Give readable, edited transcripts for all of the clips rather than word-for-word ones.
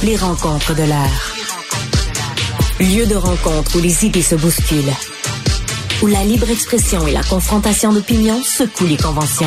Les rencontres de l'heure. Lieu de rencontre où les idées se bousculent. Où la libre expression et la confrontation d'opinions secouent les conventions.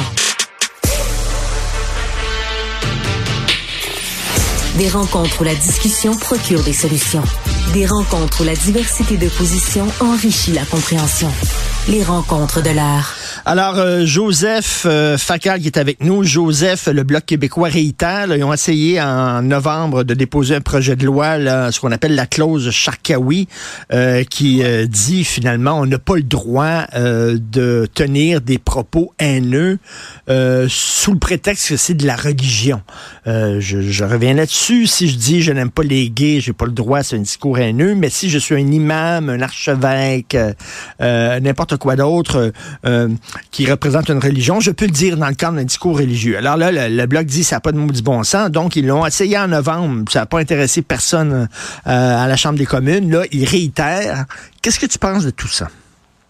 Des rencontres où la discussion procure des solutions. Des rencontres où la diversité de positions enrichit la compréhension. Les rencontres de l'heure. Alors, Joseph Facal qui est avec nous. Joseph, le Bloc québécois réitère. Là, ils ont essayé en novembre de déposer un projet de loi, là, ce qu'on appelle la clause Charkaoui, qui dit finalement on n'a pas le droit de tenir des propos haineux sous le prétexte que c'est de la religion. Je reviens là-dessus. Si je dis je n'aime pas les gays, j'ai pas le droit, c'est un discours haineux. Mais si je suis un imam, un archevêque, n'importe quoi d'autre qui représente une religion, je peux le dire dans le cadre d'un discours religieux. Alors là, le Bloc dit ça n'a pas de maudit bon sens, donc ils l'ont essayé en novembre, ça n'a pas intéressé personne à la Chambre des communes. Là, ils réitèrent. Qu'est-ce que tu penses de tout ça?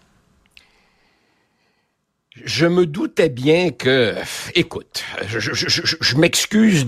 Je me doutais bien que, écoute, je m'excuse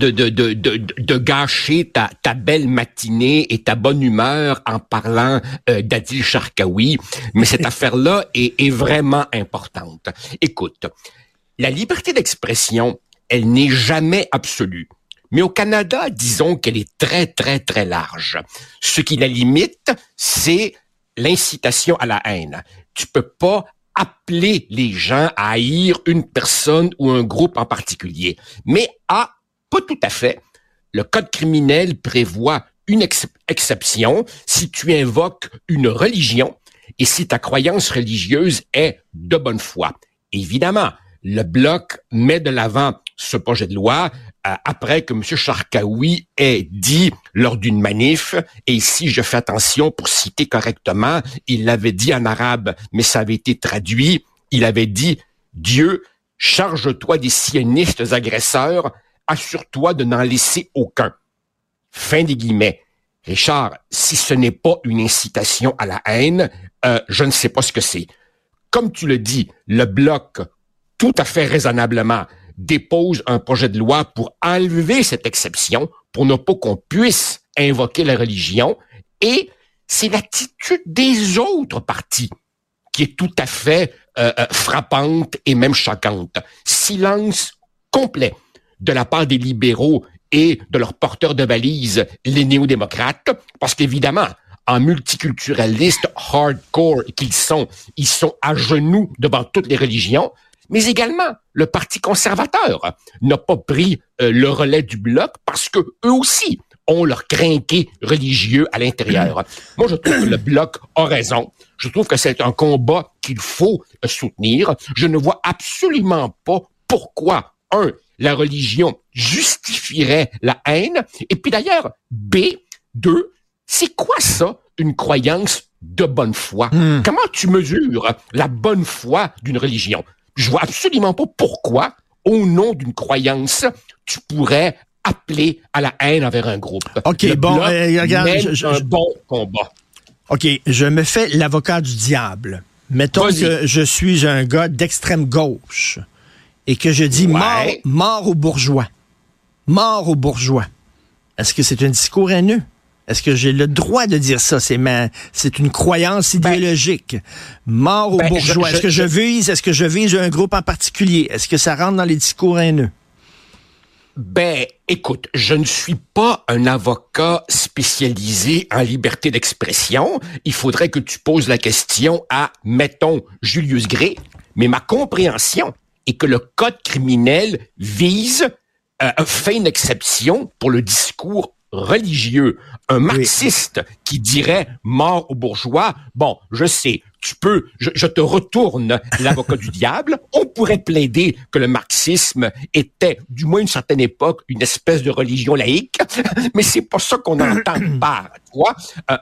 de gâcher ta belle matinée et ta bonne humeur en parlant d'Adil Charkaoui, mais cette affaire-là est vraiment importante. Écoute, la liberté d'expression, elle n'est jamais absolue. Mais au Canada, disons qu'elle est très, très, très large. Ce qui la limite, c'est l'incitation à la haine. Tu peux pas appeler les gens à haïr une personne ou un groupe en particulier. Mais pas tout à fait. Le Code criminel prévoit une exception si tu invoques une religion et si ta croyance religieuse est de bonne foi. Évidemment, le Bloc met de l'avant ce projet de loi après que M. Charkaoui ait dit lors d'une manif, et ici je fais attention pour citer correctement, il l'avait dit en arabe, mais ça avait été traduit, il avait dit « Dieu, charge-toi des sionistes agresseurs, assure-toi de n'en laisser aucun. » Fin des guillemets. Richard, si ce n'est pas une incitation à la haine, je ne sais pas ce que c'est. Comme tu le dis, le Bloc, tout à fait raisonnablement, dépose un projet de loi pour enlever cette exception, pour ne pas qu'on puisse invoquer la religion, et c'est l'attitude des autres partis qui est tout à fait frappante et même choquante. Silence complet de la part des libéraux et de leurs porteurs de valises, les néo-démocrates, parce qu'évidemment, en multiculturalistes hardcore qu'ils sont, ils sont à genoux devant toutes les religions, mais également le Parti conservateur n'a pas pris le relais du Bloc parce que eux aussi ont leur crinqué religieux à l'intérieur. Moi, je trouve que le Bloc a raison. Je trouve que c'est un combat qu'il faut soutenir. Je ne vois absolument pas pourquoi, la religion justifierait la haine. Et puis d'ailleurs, deux, c'est quoi ça, une croyance de bonne foi? Comment tu mesures la bonne foi d'une religion? Je vois absolument pas pourquoi, au nom d'une croyance, tu pourrais appeler à la haine envers un groupe. OK, bon, regarde, un bon combat. OK, je me fais l'avocat du diable. Mettons que je suis un gars d'extrême gauche et que je dis mort aux bourgeois. Mort aux bourgeois. Est-ce que c'est un discours haineux? Est-ce que j'ai le droit de dire ça? C'est une croyance idéologique. Mort aux bourgeois. Est-ce que je vise un groupe en particulier? Est-ce que ça rentre dans les discours haineux? Écoute, je ne suis pas un avocat spécialisé en liberté d'expression. Il faudrait que tu poses la question à, mettons, Julius Gray. Mais ma compréhension est que le Code criminel fait une exception pour le discours religieux. Un marxiste qui dirait mort aux bourgeois, bon, je sais, je te retourne l'avocat du diable. On pourrait plaider que le marxisme était, du moins à une certaine époque, une espèce de religion laïque, mais c'est pas ça qu'on entend par, tu vois.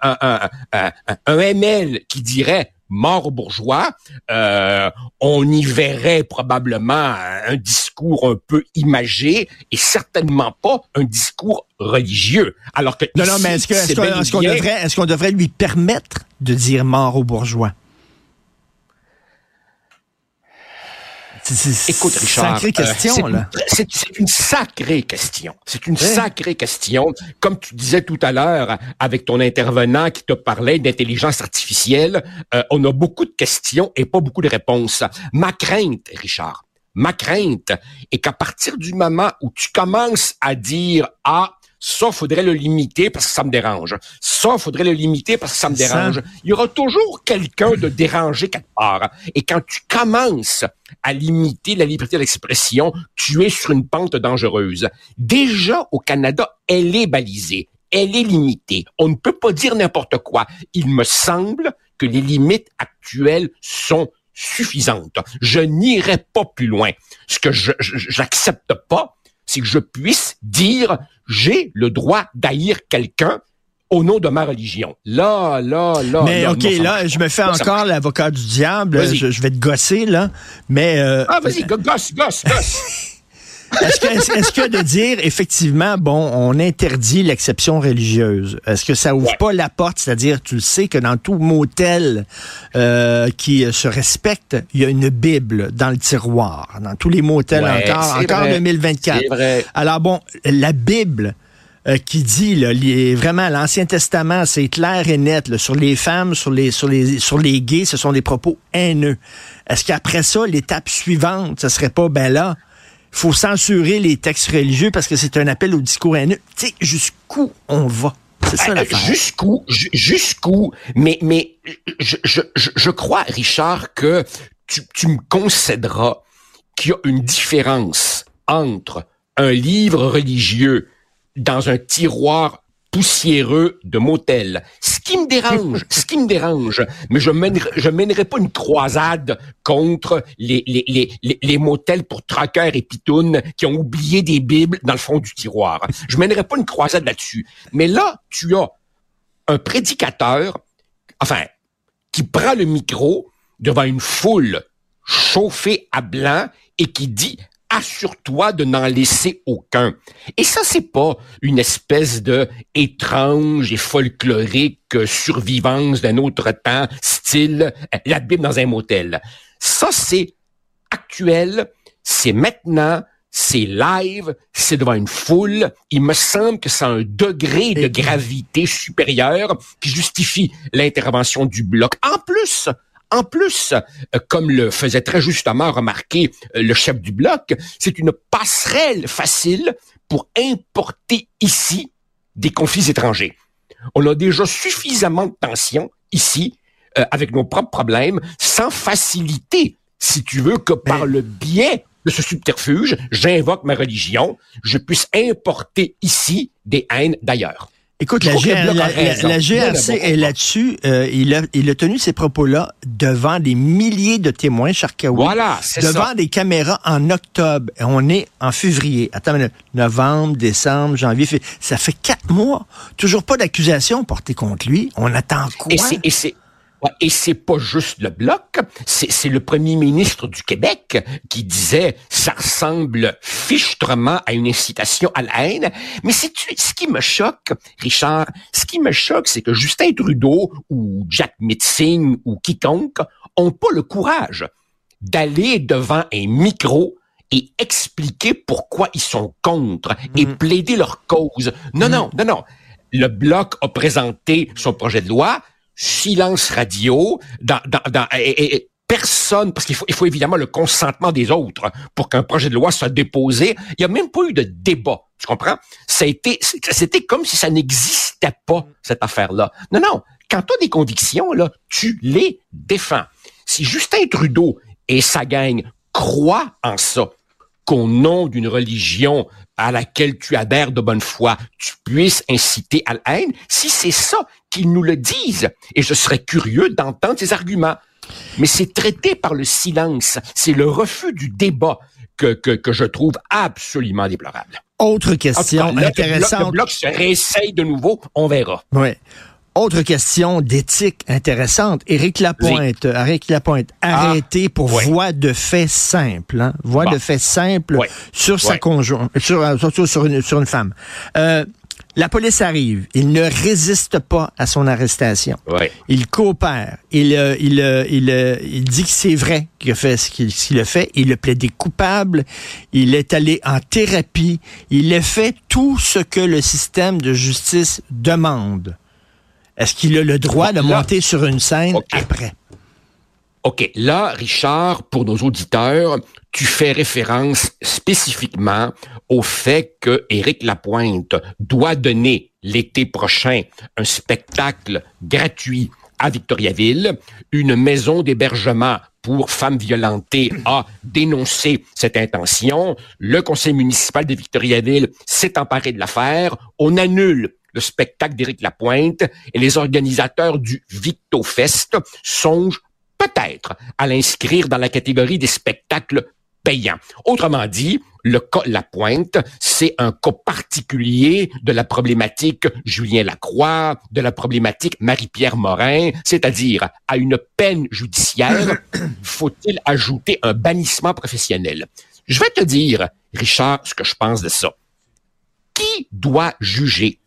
Un ML qui dirait mort aux bourgeois, on y verrait probablement un discours un peu imagé et certainement pas un discours religieux. Alors que non, mais est-ce qu'on devrait lui permettre de dire mort aux bourgeois? Écoute, Richard, sacrée question, là. C'est une sacrée question. C'est une sacrée question. Comme tu disais tout à l'heure avec ton intervenant qui te parlait d'intelligence artificielle, on a beaucoup de questions et pas beaucoup de réponses. Ma crainte, Richard, est qu'à partir du moment où tu commences à dire « Ah, ça, faudrait le limiter parce que ça me dérange. Ça, faudrait le limiter parce que ça me dérange. » Il y aura toujours quelqu'un de dérangé quelque part. Et quand tu commences à limiter la liberté d'expression, tu es sur une pente dangereuse. Déjà, au Canada, elle est balisée. Elle est limitée. On ne peut pas dire n'importe quoi. Il me semble que les limites actuelles sont suffisantes. Je n'irai pas plus loin. Ce que j'accepte pas, c'est que je puisse dire j'ai le droit d'haïr quelqu'un au nom de ma religion. Là. Mais là, OK, là, je me fais encore l'avocat du diable. Je vais te gosser, là. Mais... vas-y, gosse. Est-ce que de dire, effectivement, bon, on interdit l'exception religieuse, est-ce que ça ouvre pas la porte? C'est-à-dire, tu le sais que dans tout motel qui se respecte, il y a une Bible dans le tiroir. Dans tous les motels encore 2024. C'est vrai. Alors bon, la Bible... qui dit, là, vraiment, l'Ancien Testament, c'est clair et net, là, sur les femmes, sur les gays, ce sont des propos haineux. Est-ce qu'après ça, l'étape suivante, ce serait pas, ben là, il faut censurer les textes religieux parce que c'est un appel au discours haineux? Tu sais, jusqu'où on va? C'est ça l'affaire. Jusqu'où? Mais je crois, Richard, que tu me concéderas qu'il y a une différence entre un livre religieux dans un tiroir poussiéreux de motel. Ce qui me dérange, mais je mènerai pas une croisade contre les motels pour traqueurs et pitounes qui ont oublié des bibles dans le fond du tiroir. Je mènerai pas une croisade là-dessus. Mais là, tu as un prédicateur, qui prend le micro devant une foule chauffée à blanc et qui dit « Assure-toi de n'en laisser aucun. » Et ça, c'est pas une espèce de étrange et folklorique survivance d'un autre temps, style la Bible dans un motel. Ça, c'est actuel, c'est maintenant, c'est live, c'est devant une foule. Il me semble que c'est un degré de gravité supérieur qui justifie l'intervention du Bloc. En plus, comme le faisait très justement remarquer le chef du Bloc, c'est une passerelle facile pour importer ici des conflits étrangers. On a déjà suffisamment de tensions ici, avec nos propres problèmes, sans faciliter, si tu veux, que par le biais de ce subterfuge, j'invoque ma religion, je puisse importer ici des haines d'ailleurs. Écoute, la GRC est là-dessus. Il a tenu ces propos-là devant des milliers de témoins, Charkaoui. Voilà, c'est ça. Devant des caméras en octobre. Et on est en février. Attends une minute. Novembre, décembre, janvier, février. Ça fait 4 mois. Toujours pas d'accusation portée contre lui. On attend quoi? Et c'est pas juste le Bloc, c'est le premier ministre du Québec qui disait ça ressemble fichtrement à une incitation à la haine. Mais ce qui me choque, Richard, c'est que Justin Trudeau ou Jack Mitzing ou quiconque ont pas le courage d'aller devant un micro et expliquer pourquoi ils sont contre et plaider leur cause. Non. Le Bloc a présenté son projet de loi. Silence radio, et personne, parce qu'il faut évidemment le consentement des autres pour qu'un projet de loi soit déposé. Il n'y a même pas eu de débat, tu comprends? C'était comme si ça n'existait pas, cette affaire-là. Non, quand tu as des convictions, là, tu les défends. Si Justin Trudeau et sa gang croient en ça, qu'au nom d'une religion à laquelle tu adhères de bonne foi, tu puisses inciter à la haine, si c'est ça qu'ils nous le disent, et je serais curieux d'entendre ces arguments. Mais c'est traité par le silence, c'est le refus du débat que je trouve absolument déplorable. Autre question intéressante. Le Bloc se réessaye de nouveau, on verra. Oui. Autre question d'éthique intéressante. Éric Lapointe, arrêté pour voie de fait simple. Hein? Voie de fait simple sur sa conjointe, sur une femme. La police arrive. Il ne résiste pas à son arrestation. Ouais. Il coopère. Il dit que c'est vrai qu'il a fait ce qu'il a fait. Il a plaidé coupable. Il est allé en thérapie. Il a fait tout ce que le système de justice demande. Est-ce qu'il a le droit de monter sur une scène après? OK. Là, Richard, pour nos auditeurs, tu fais référence spécifiquement au fait que Éric Lapointe doit donner l'été prochain un spectacle gratuit à Victoriaville. Une maison d'hébergement pour femmes violentées a dénoncé cette intention. Le conseil municipal de Victoriaville s'est emparé de l'affaire. On annule le spectacle d'Éric Lapointe et les organisateurs du VictoFest songent peut-être à l'inscrire dans la catégorie des spectacles payants. Autrement dit, le cas Lapointe, c'est un cas particulier de la problématique Julien Lacroix, de la problématique Marie-Pierre Morin, c'est-à-dire à une peine judiciaire, faut-il ajouter un bannissement professionnel? Je vais te dire, Richard, ce que je pense de ça. Qui doit juger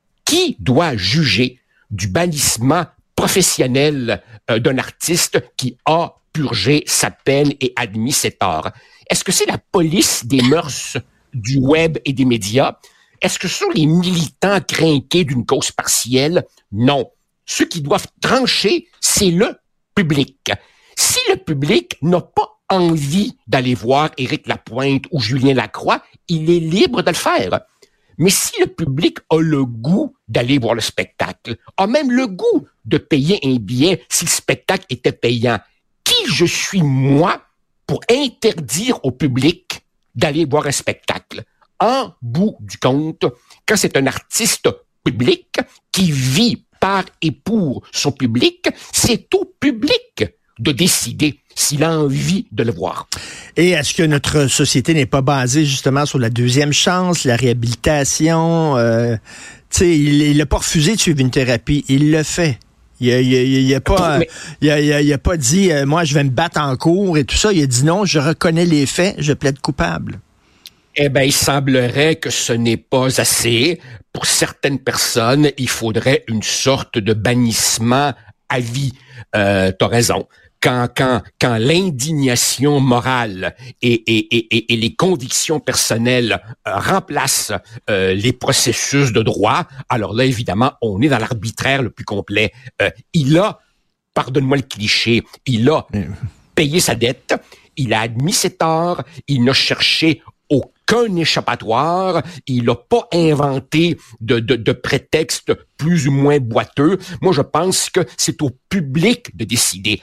du bannissement professionnel d'un artiste qui a purgé sa peine et admis ses torts? Est-ce que c'est la police des mœurs du web et des médias? Est-ce que ce sont les militants crinqués d'une cause partielle? Non. Ceux qui doivent trancher, c'est le public. Si le public n'a pas envie d'aller voir Éric Lapointe ou Julien Lacroix, il est libre de le faire. Mais si le public a le goût d'aller voir le spectacle, a même le goût de payer un billet si le spectacle était payant, qui je suis, moi, pour interdire au public d'aller voir un spectacle? En bout du compte, quand c'est un artiste public qui vit par et pour son public, c'est au public de décider s'il a envie de le voir. Et est-ce que notre société n'est pas basée justement sur la deuxième chance, la réhabilitation? Tu sais, il n'a pas refusé de suivre une thérapie, il le fait. Il a pas dit moi je vais me battre en cours et tout ça. Il a dit non, je reconnais les faits, je plaide coupable. Eh bien, il semblerait que ce n'est pas assez. Pour certaines personnes, il faudrait une sorte de bannissement à vie. T'as raison. Quand l'indignation morale et les convictions personnelles remplacent les processus de droit, alors là, évidemment, on est dans l'arbitraire le plus complet. Il a, pardonne-moi le cliché, il a payé sa dette, il a admis ses torts, il n'a cherché aucun échappatoire, il n'a pas inventé de prétextes plus ou moins boiteux. Moi, je pense que c'est au public de décider.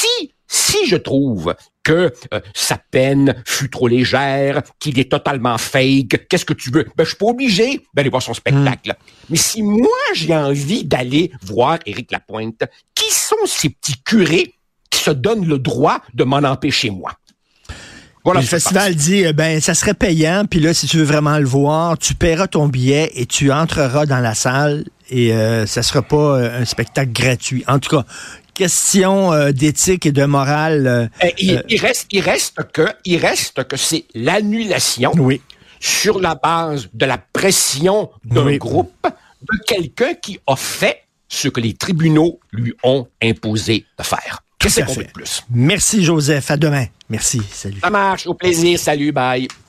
Si je trouve que sa peine fut trop légère, qu'il est totalement fake, qu'est-ce que tu veux? Ben, je suis pas obligé d'aller voir son spectacle. Mais si moi, j'ai envie d'aller voir Éric Lapointe, qui sont ces petits curés qui se donnent le droit de m'en empêcher, moi? Voilà, le festival dit, ça serait payant, puis là, si tu veux vraiment le voir, tu paieras ton billet et tu entreras dans la salle et ça sera pas un spectacle gratuit. En tout cas, question d'éthique et de morale. Il reste que c'est l'annulation sur la base de la pression d'un groupe, de quelqu'un qui a fait ce que les tribunaux lui ont imposé de faire. Qu'est-ce qu'on veut de plus? Merci, Joseph. À demain. Merci. Salut. Ça marche. Au plaisir. Salut. Bye.